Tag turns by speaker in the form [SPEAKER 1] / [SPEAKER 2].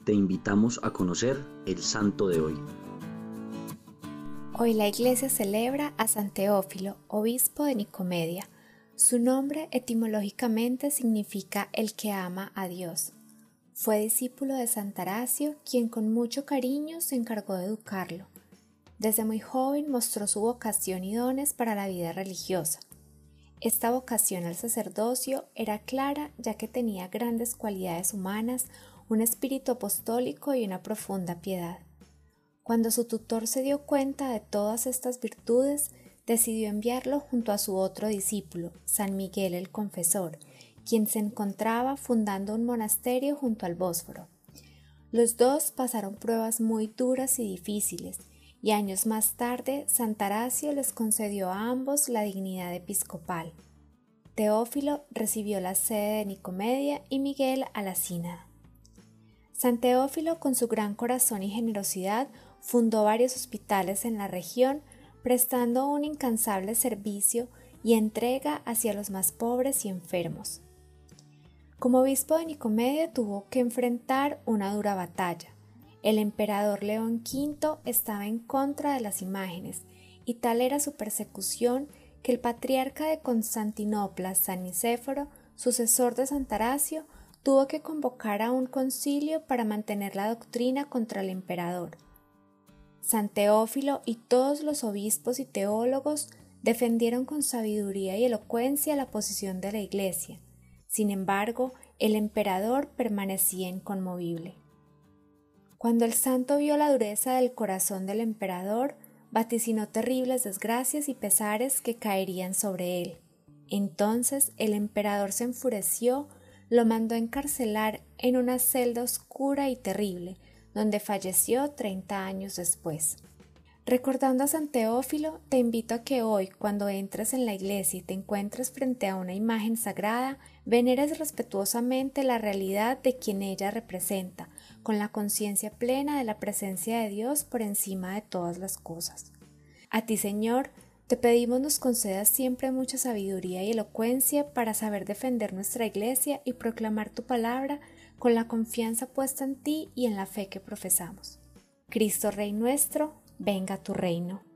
[SPEAKER 1] te invitamos a conocer el santo de hoy.
[SPEAKER 2] Hoy la Iglesia celebra a San Teófilo, obispo de Nicomedia. Su nombre etimológicamente significa el que ama a Dios. Fue discípulo de San Tarasio, quien con mucho cariño se encargó de educarlo. Desde muy joven mostró su vocación y dones para la vida religiosa. Esta vocación al sacerdocio era clara ya que tenía grandes cualidades humanas, un espíritu apostólico y una profunda piedad. Cuando su tutor se dio cuenta de todas estas virtudes, decidió enviarlo junto a su otro discípulo, San Miguel el Confesor, quien se encontraba fundando un monasterio junto al Bósforo. Los dos pasaron pruebas muy duras y difíciles, y años más tarde San Tarasio les concedió a ambos la dignidad episcopal. Teófilo recibió la sede de Nicomedia y Miguel a la Sínada. San Teófilo, con su gran corazón y generosidad, fundó varios hospitales en la región, prestando un incansable servicio y entrega hacia los más pobres y enfermos. Como obispo de Nicomedia tuvo que enfrentar una dura batalla. El emperador León V estaba en contra de las imágenes, y tal era su persecución que el patriarca de Constantinopla, San Nicéforo, sucesor de San Tarasio, tuvo que convocar a un concilio para mantener la doctrina contra el emperador. San Teófilo y todos los obispos y teólogos defendieron con sabiduría y elocuencia la posición de la Iglesia. Sin embargo, el emperador permanecía inconmovible. Cuando el santo vio la dureza del corazón del emperador, vaticinó terribles desgracias y pesares que caerían sobre él. Entonces el emperador se enfureció, lo mandó encarcelar en una celda oscura y terrible, donde falleció 30 años después. Recordando a San Teófilo, te invito a que hoy, cuando entres en la iglesia y te encuentres frente a una imagen sagrada, veneres respetuosamente la realidad de quien ella representa, con la conciencia plena de la presencia de Dios por encima de todas las cosas. A ti, Señor, te pedimos nos concedas siempre mucha sabiduría y elocuencia para saber defender nuestra iglesia y proclamar tu palabra con la confianza puesta en ti y en la fe que profesamos. Cristo Rey nuestro, venga tu reino.